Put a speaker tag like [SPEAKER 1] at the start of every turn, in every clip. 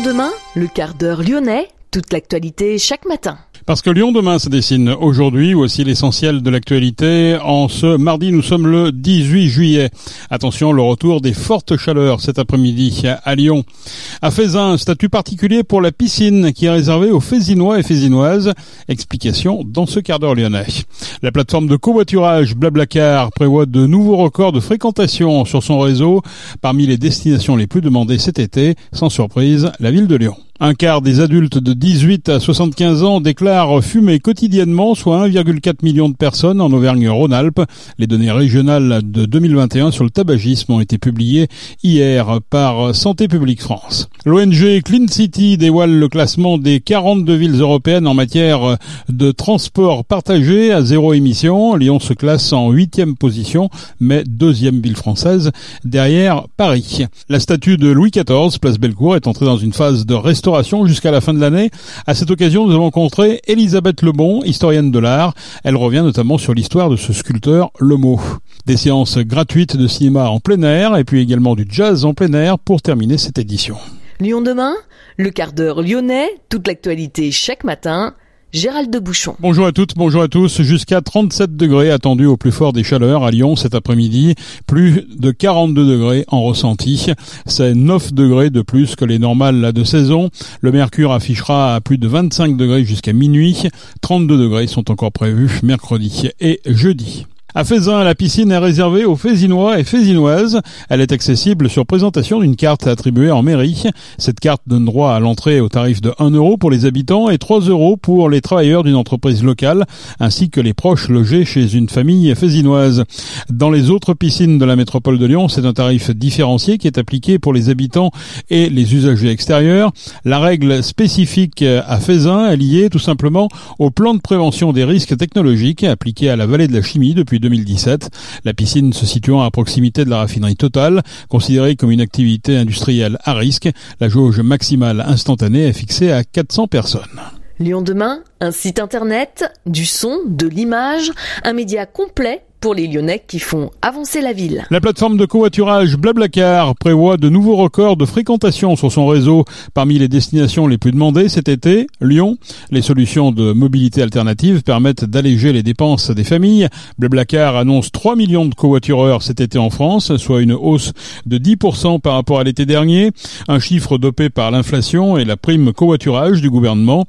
[SPEAKER 1] Lyon demain, le quart d'heure lyonnais, toute l'actualité chaque matin.
[SPEAKER 2] Parce que Lyon demain se dessine aujourd'hui, voici l'essentiel de l'actualité. En ce mardi, nous sommes le 18 juillet. Attention, le retour des fortes chaleurs cet après-midi à Lyon. À Feyzin, statut particulier pour la piscine qui est réservée aux Feyzinois et Feyzinoises. Explication dans ce quart d'heure lyonnais. La plateforme de covoiturage Blablacar prévoit de nouveaux records de fréquentation sur son réseau. Parmi les destinations les plus demandées cet été, sans surprise, la ville de Lyon. Un quart des adultes de 18 à 75 ans déclarent fumer quotidiennement, soit 1,4 million de personnes en Auvergne-Rhône-Alpes. Les données régionales de 2021 sur le tabagisme ont été publiées hier par Santé publique France. L'ONG Clean City dévoile le classement des 42 villes européennes en matière de transport partagé à zéro émission. Lyon se classe en 8e position, mais 2e ville française derrière Paris. La statue de Louis XIV, place Bellecour, est entrée dans une phase de restauration jusqu'à la fin de l'année. À cette occasion, nous avons rencontré Elisabeth Lebon, historienne de l'art. Elle revient notamment sur l'histoire de ce sculpteur Lemo. Des séances gratuites de cinéma en plein air et puis également du jazz en plein air pour terminer cette édition.
[SPEAKER 1] Lyon demain, le quart d'heure lyonnais, toute l'actualité chaque matin. Gérald de Bouchon.
[SPEAKER 2] Bonjour à toutes, bonjour à tous. Jusqu'à 37 degrés attendus au plus fort des chaleurs à Lyon cet après-midi. Plus de 42 degrés en ressenti. C'est 9 degrés de plus que les normales de saison. Le mercure affichera à plus de 25 degrés jusqu'à minuit. 32 degrés sont encore prévus mercredi et jeudi. À Feyzin, la piscine est réservée aux Feyzinois et Feyzinoises. Elle est accessible sur présentation d'une carte attribuée en mairie. Cette carte donne droit à l'entrée au tarif de 1 euro pour les habitants et 3 euros pour les travailleurs d'une entreprise locale, ainsi que les proches logés chez une famille feyzinoise. Dans les autres piscines de la métropole de Lyon, c'est un tarif différencié qui est appliqué pour les habitants et les usagers extérieurs. La règle spécifique à Feyzin est liée tout simplement au plan de prévention des risques technologiques appliqué à la vallée de la chimie depuis 2017. La piscine se situant à proximité de la raffinerie Total, considérée comme une activité industrielle à risque, la jauge maximale instantanée est fixée à 400 personnes.
[SPEAKER 1] Lyon demain, un site internet, du son, de l'image, un média complet pour les Lyonnais qui font avancer la ville.
[SPEAKER 2] La plateforme de covoiturage Blablacar prévoit de nouveaux records de fréquentation sur son réseau. Parmi les destinations les plus demandées cet été, Lyon. Les solutions de mobilité alternative permettent d'alléger les dépenses des familles. Blablacar annonce 3 millions de covoitureurs cet été en France, soit une hausse de 10% par rapport à l'été dernier. Un chiffre dopé par l'inflation et la prime covoiturage du gouvernement.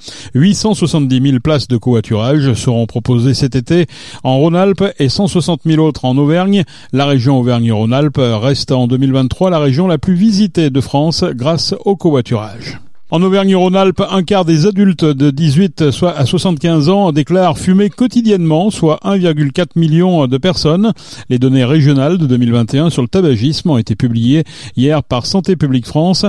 [SPEAKER 2] 870 000 places de covoiturage seront proposées cet été en Rhône-Alpes et 160 000 autres en Auvergne. La région Auvergne-Rhône-Alpes reste en 2023 la région la plus visitée de France grâce au covoiturage. En Auvergne-Rhône-Alpes, un quart des adultes de 18 à 75 ans déclarent fumer quotidiennement, soit 1,4 million de personnes. Les données régionales de 2021 sur le tabagisme ont été publiées hier par Santé publique France.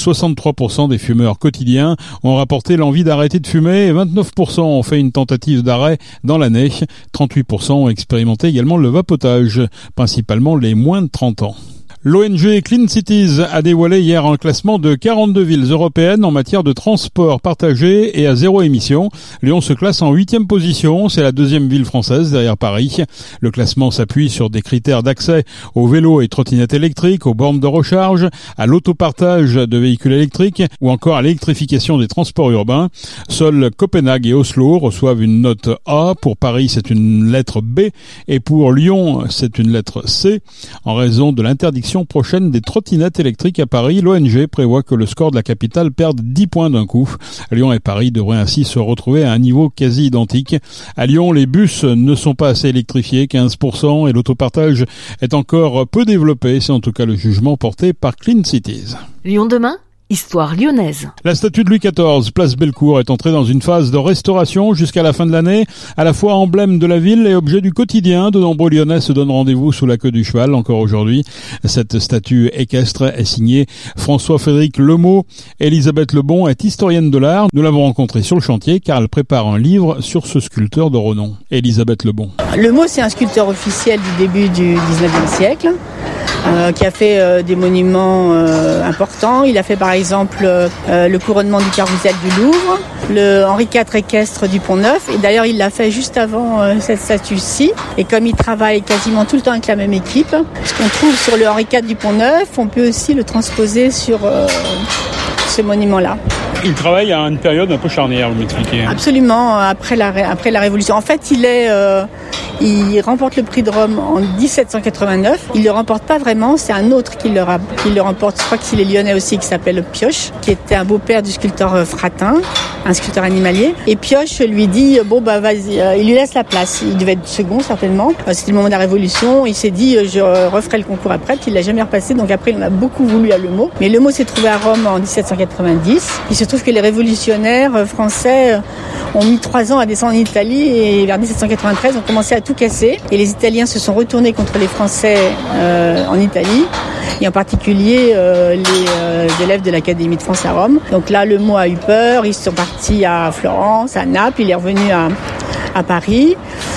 [SPEAKER 2] 63% des fumeurs quotidiens ont rapporté l'envie d'arrêter de fumer et 29% ont fait une tentative d'arrêt dans l'année. 38% ont expérimenté également le vapotage, principalement les moins de 30 ans. L'ONG Clean Cities a dévoilé hier un classement de 42 villes européennes en matière de transport partagé et à zéro émission. Lyon se classe en 8e position, c'est la 2e ville française derrière Paris. Le classement s'appuie sur des critères d'accès aux vélos et trottinettes électriques, aux bornes de recharge, à l'autopartage de véhicules électriques ou encore à l'électrification des transports urbains. Seuls Copenhague et Oslo reçoivent une note A. Pour Paris, c'est une lettre B et pour Lyon, c'est une lettre C. En raison de l'interdiction prochaine des trottinettes électriques à Paris, l'ONG prévoit que le score de la capitale perde 10 points d'un coup. Lyon et Paris devraient ainsi se retrouver à un niveau quasi identique. À Lyon, les bus ne sont pas assez électrifiés, 15%, et l'autopartage est encore peu développé. C'est en tout cas le jugement porté par Clean Cities.
[SPEAKER 1] Lyon demain, histoire lyonnaise.
[SPEAKER 2] La statue de Louis XIV, place Bellecour, est entrée dans une phase de restauration jusqu'à la fin de l'année. À la fois emblème de la ville et objet du quotidien, de nombreux Lyonnais se donnent rendez-vous sous la queue du cheval encore aujourd'hui. Cette statue équestre est signée François-Frédéric Lemo. Elisabeth Lebon est historienne de l'art. Nous l'avons rencontrée sur le chantier car elle prépare un livre sur ce sculpteur de renom. Elisabeth Lebon.
[SPEAKER 3] Lemo, c'est un sculpteur officiel du début du 19e siècle. Qui a fait des monuments importants. Il a fait par exemple le couronnement du carrousel du Louvre, le Henri IV équestre du Pont-Neuf. Et d'ailleurs, il l'a fait juste avant cette statue-ci. Et comme il travaille quasiment tout le temps avec la même équipe, ce qu'on trouve sur le Henri IV du Pont-Neuf, on peut aussi le transposer sur ce monument-là.
[SPEAKER 2] Il travaille à une période un peu charnière, vous m'expliquez.
[SPEAKER 3] Absolument, après la Révolution. En fait, il remporte le prix de Rome en 1789. Il ne le remporte pas vraiment, c'est un autre qui le remporte. Je crois qu'il est lyonnais aussi, qui s'appelle Pioche, qui était un beau-père du sculpteur Fratin, un sculpteur animalier. Et Pioche lui dit, vas-y, il lui laisse la place. Il devait être second, certainement. C'était le moment de la Révolution. Il s'est dit, je referai le concours après. Puis il l'a jamais repassé. Donc après, il en a beaucoup voulu à Le Mot. Mais Le Mot s'est trouvé à Rome en 1790. Il se trouve que les révolutionnaires français ont mis 3 ans à descendre en Italie et vers 1793 ont commencé à tout casser. Et les Italiens se sont retournés contre les Français en Italie. Et en particulier les élèves de l'Académie de France à Rome. Donc là, Le Mot a eu peur. Ils sont partis à Florence, à Naples. Il est revenu à Paris.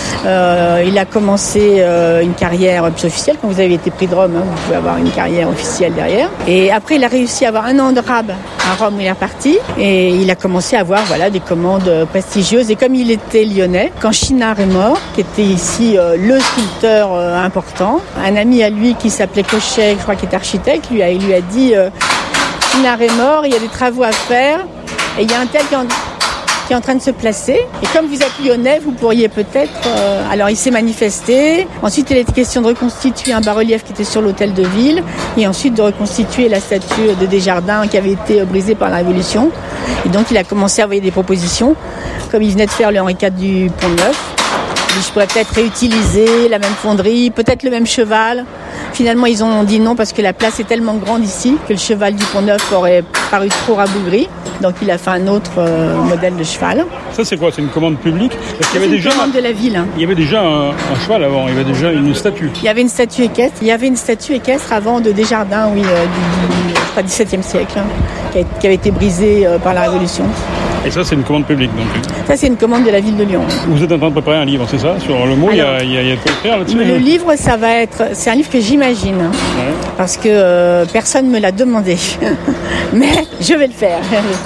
[SPEAKER 3] Il a commencé une carrière officielle. Quand vous avez été prix de Rome, vous pouvez avoir une carrière officielle derrière. Et après, il a réussi à avoir 1 an de rab à Rome où il est reparti. Et il a commencé à avoir des commandes prestigieuses. Et comme il était lyonnais, quand Chinard est mort, qui était ici le sculpteur important, un ami à lui qui s'appelait Cochet, je crois qu'il était architecte, lui a dit Chinard est mort, il y a des travaux à faire. Et il y a un tel qui est en train de se placer. Et comme vous êtes lyonnais, vous pourriez peut-être... Alors il s'est manifesté. Ensuite, il était question de reconstituer un bas-relief qui était sur l'hôtel de ville. Et ensuite de reconstituer la statue de Desjardins qui avait été brisée par la Révolution. Et donc il a commencé à envoyer des propositions. Comme il venait de faire le Henri IV du Pont-Neuf. Je pourrais peut-être réutiliser la même fonderie, peut-être le même cheval. Finalement, ils ont dit non parce que la place est tellement grande ici que le cheval du Pont-Neuf aurait paru trop rabougri. Donc il a fait un autre modèle de cheval.
[SPEAKER 2] Ça c'est quoi? C'est une commande publique? Parce qu'il y avait déjà
[SPEAKER 3] une commande de la ville.
[SPEAKER 2] Il y avait déjà un cheval avant, il y avait déjà une statue.
[SPEAKER 3] Il y avait une statue équestre. Il y avait une statue équestre avant de Desjardins, oui, du XVIIe siècle, qui avait été brisée par la Révolution.
[SPEAKER 2] Et ça, c'est une commande publique, donc?
[SPEAKER 3] Ça, c'est une commande de la ville de Lyon.
[SPEAKER 2] Vous êtes en train de préparer un livre, c'est ça? Sur Le Mot, alors, il y a de quoi écrire là-dessus?
[SPEAKER 3] Le livre, c'est un livre que j'imagine. Ouais. Parce que personne ne me l'a demandé. Mais je vais le faire.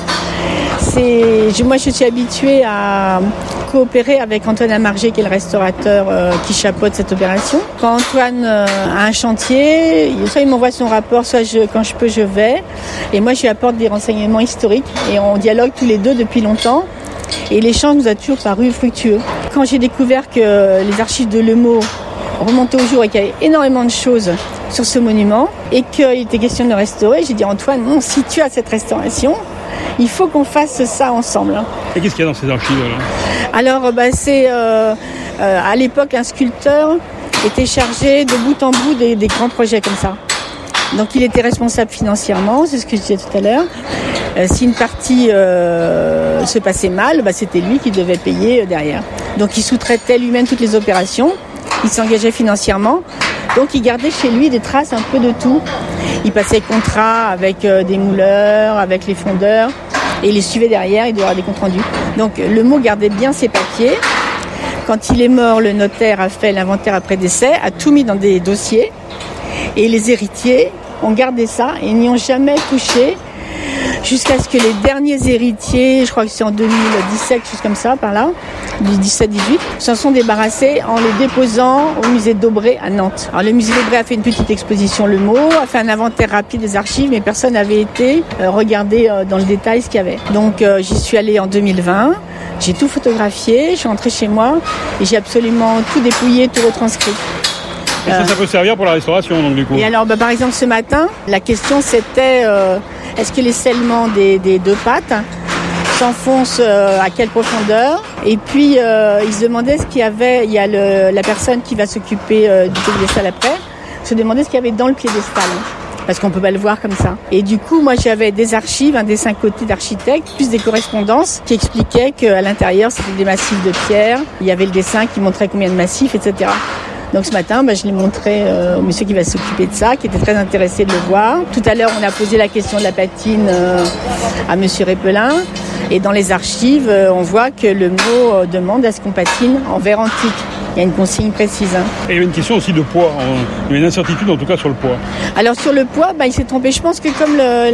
[SPEAKER 3] Moi, je suis habituée à coopérer avec Antoine Amargé, qui est le restaurateur qui chapeaute cette opération. Quand Antoine a un chantier, soit il m'envoie son rapport, soit quand je peux, je vais. Et moi, je lui apporte des renseignements historiques. Et on dialogue tous les deux depuis longtemps. Et l'échange nous a toujours paru fructueux. Quand j'ai découvert que les archives de Le Mot remontaient au jour et qu'il y avait énormément de choses sur ce monument et qu'il était question de le restaurer, j'ai dit Antoine, si tu as cette restauration, il faut qu'on fasse ça ensemble.
[SPEAKER 2] Et qu'est-ce qu'il y a dans ces archives
[SPEAKER 3] alors c'est à l'époque un sculpteur était chargé de bout en bout des grands projets comme ça. Donc il était responsable financièrement, c'est ce que je disais tout à l'heure. Si une partie se passait mal, c'était lui qui devait payer derrière. Donc il sous-traitait lui-même toutes les opérations, il s'engageait financièrement. Donc il gardait chez lui des traces un peu de tout. Il passait contrat avec des mouleurs, avec les fondeurs, et il les suivait derrière, il devait avoir des comptes rendus. Donc Le Mot gardait bien ses papiers. Quand il est mort, le notaire a fait l'inventaire après décès, a tout mis dans des dossiers, et les héritiers ont gardé ça et n'y ont jamais touché jusqu'à ce que les derniers héritiers, je crois que c'est en 2017, chose comme ça, par là, du 17-18, s'en sont débarrassés en les déposant au musée d'Aubray à Nantes. Alors le musée d'Aubray a fait une petite exposition Le Mot, a fait un inventaire rapide des archives, mais personne n'avait été regarder dans le détail ce qu'il y avait. Donc j'y suis allée en 2020, j'ai tout photographié, je suis rentrée chez moi et j'ai absolument tout dépouillé, tout retranscrit.
[SPEAKER 2] Et ça peut servir pour la restauration, donc du coup.
[SPEAKER 3] Et alors, par exemple, ce matin, la question c'était est-ce que les scellements des deux pattes s'enfoncent à quelle profondeur? Et puis, ils se demandaient ce qu'il y avait. Il y a la personne qui va s'occuper du piédestal après, se demandait ce qu'il y avait dans le piédestal. Parce qu'on peut pas le voir comme ça. Et du coup, moi, j'avais des archives, un dessin côté d'architecte, plus des correspondances qui expliquaient qu'à l'intérieur, c'était des massifs de pierre. Il y avait le dessin qui montrait combien de massifs, etc. Donc ce matin, je l'ai montré au monsieur qui va s'occuper de ça, qui était très intéressé de le voir. Tout à l'heure, on a posé la question de la patine à monsieur Répelin. Et dans les archives, on voit que Le Mot demande à ce qu'on patine en verre antique. Il y a une consigne précise.
[SPEAKER 2] Et il y a une question aussi de poids. Il y a une incertitude en tout cas sur le poids.
[SPEAKER 3] Alors sur le poids, il s'est trompé. Je pense que comme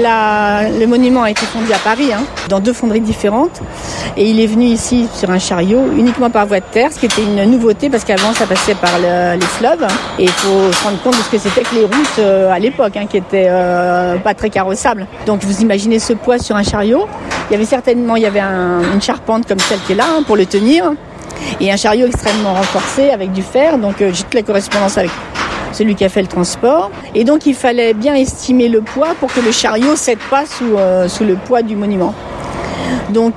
[SPEAKER 3] le monument a été fondu à Paris, dans 2 fonderies différentes, et il est venu ici sur un chariot uniquement par voie de terre, ce qui était une nouveauté parce qu'avant ça passait par les fleuves. Et il faut se rendre compte de ce que c'était que les routes à l'époque, qui étaient pas très carrossables. Donc vous imaginez ce poids sur un chariot. Il y avait une charpente comme celle qui est là pour le tenir. Et un chariot extrêmement renforcé avec du fer, donc j'ai toute la correspondance avec celui qui a fait le transport. Et donc il fallait bien estimer le poids pour que le chariot ne cède pas sous le poids du monument. Donc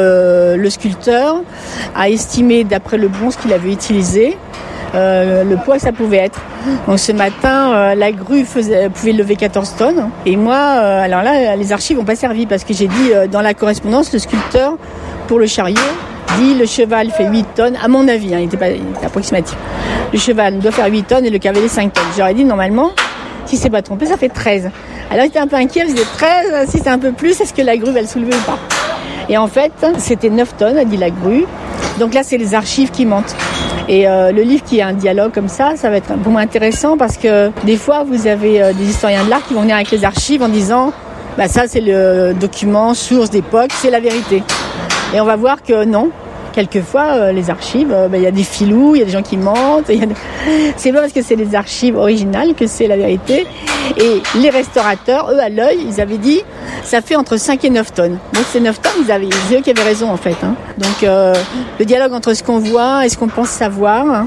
[SPEAKER 3] le sculpteur a estimé d'après le bronze qu'il avait utilisé le poids que ça pouvait être. Donc ce matin, la grue pouvait lever 14 tonnes. Et moi, alors là, les archives n'ont pas servi parce que j'ai dit dans la correspondance, le sculpteur pour le chariot dit le cheval fait 8 tonnes, à mon avis, il était approximatif. Le cheval doit faire 8 tonnes et le cavalier 5 tonnes. J'aurais dit normalement, si c'est pas trompé, ça fait 13. Alors j'étais un peu inquiet, je disais 13, si c'est un peu plus, est-ce que la grue va le soulever ou pas? Et en fait, c'était 9 tonnes, a dit la grue. Donc là, c'est les archives qui mentent. Et le livre qui a un dialogue comme ça va être pour moi intéressant parce que des fois, vous avez des historiens de l'art qui vont venir avec les archives en disant ça, c'est le document, source d'époque, c'est la vérité. Et on va voir que non. Quelquefois, les archives, il y a des filous, il y a des gens qui mentent. C'est pas parce que c'est les archives originales que c'est la vérité. Et les restaurateurs, eux, à l'œil, ils avaient dit ça fait entre 5 et 9 tonnes. Donc ces 9 tonnes, c'est eux qui avaient raison en fait. Donc le dialogue entre ce qu'on voit et ce qu'on pense savoir.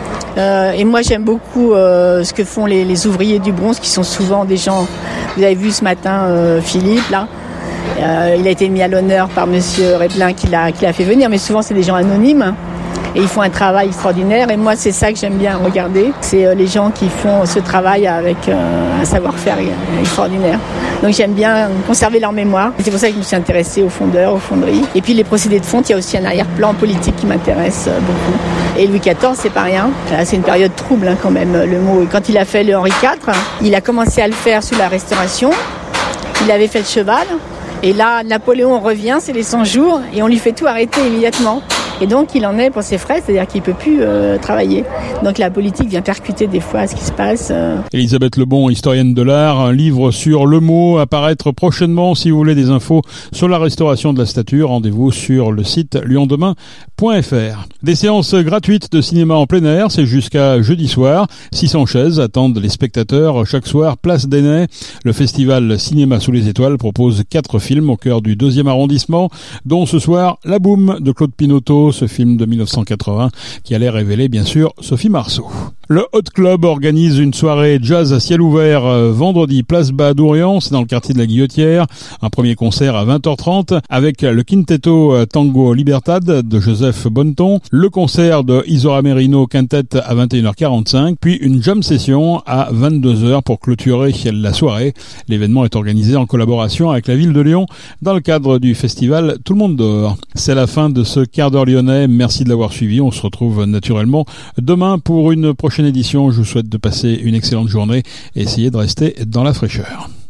[SPEAKER 3] Et moi, j'aime beaucoup ce que font les ouvriers du bronze, qui sont souvent des gens. Vous avez vu ce matin Philippe là. Il a été mis à l'honneur par Monsieur Reblin qui l'a fait venir, mais souvent c'est des gens anonymes et ils font un travail extraordinaire. Et moi, c'est ça que j'aime bien regarder, c'est les gens qui font ce travail avec un savoir-faire extraordinaire. Donc j'aime bien conserver leur mémoire. C'est pour ça que je me suis intéressée aux fondeurs, aux fonderies. Et puis les procédés de fonte, il y a aussi un arrière-plan politique qui m'intéresse beaucoup. Et Louis XIV, c'est pas rien. C'est une période trouble quand même, le mot. Et quand il a fait le Henri IV, il a commencé à le faire sous la Restauration. Il avait fait le cheval. Et là, Napoléon revient, c'est les 100 jours, et on lui fait tout arrêter immédiatement. Et donc, il en est pour ses frais, c'est-à-dire qu'il ne peut plus travailler. Donc, la politique vient percuter des fois ce qui se passe.
[SPEAKER 2] Elisabeth Lebon, historienne de l'art, un livre sur le mot à paraître prochainement. Si vous voulez des infos sur la restauration de la statue, rendez-vous sur le site lyondemain.fr. Des séances gratuites de cinéma en plein air, c'est jusqu'à jeudi soir. 600 chaises attendent les spectateurs chaque soir, place d'Ainay. Le festival Cinéma sous les étoiles propose 4 films au cœur du 2e arrondissement, dont ce soir La Boum de Claude Pinoteau, ce film de 1980 qui allait révéler bien sûr Sophie Marceau. Le Hot Club organise une soirée jazz à ciel ouvert vendredi place Bas-Dourian, c'est dans le quartier de la Guillotière. Un premier concert à 20h30 avec le Quintetto Tango Libertad de Joseph Bonneton, le concert de Isora Merino Quintet à 21h45, puis une jam session à 22h pour clôturer la soirée. L'événement est organisé en collaboration avec la ville de Lyon dans le cadre du festival Tout le monde dehors. C'est la fin de ce quart d'heure lyonnais. Merci de l'avoir suivi. On se retrouve naturellement demain pour une prochaine édition. Je vous souhaite de passer une excellente journée et essayer de rester dans la fraîcheur.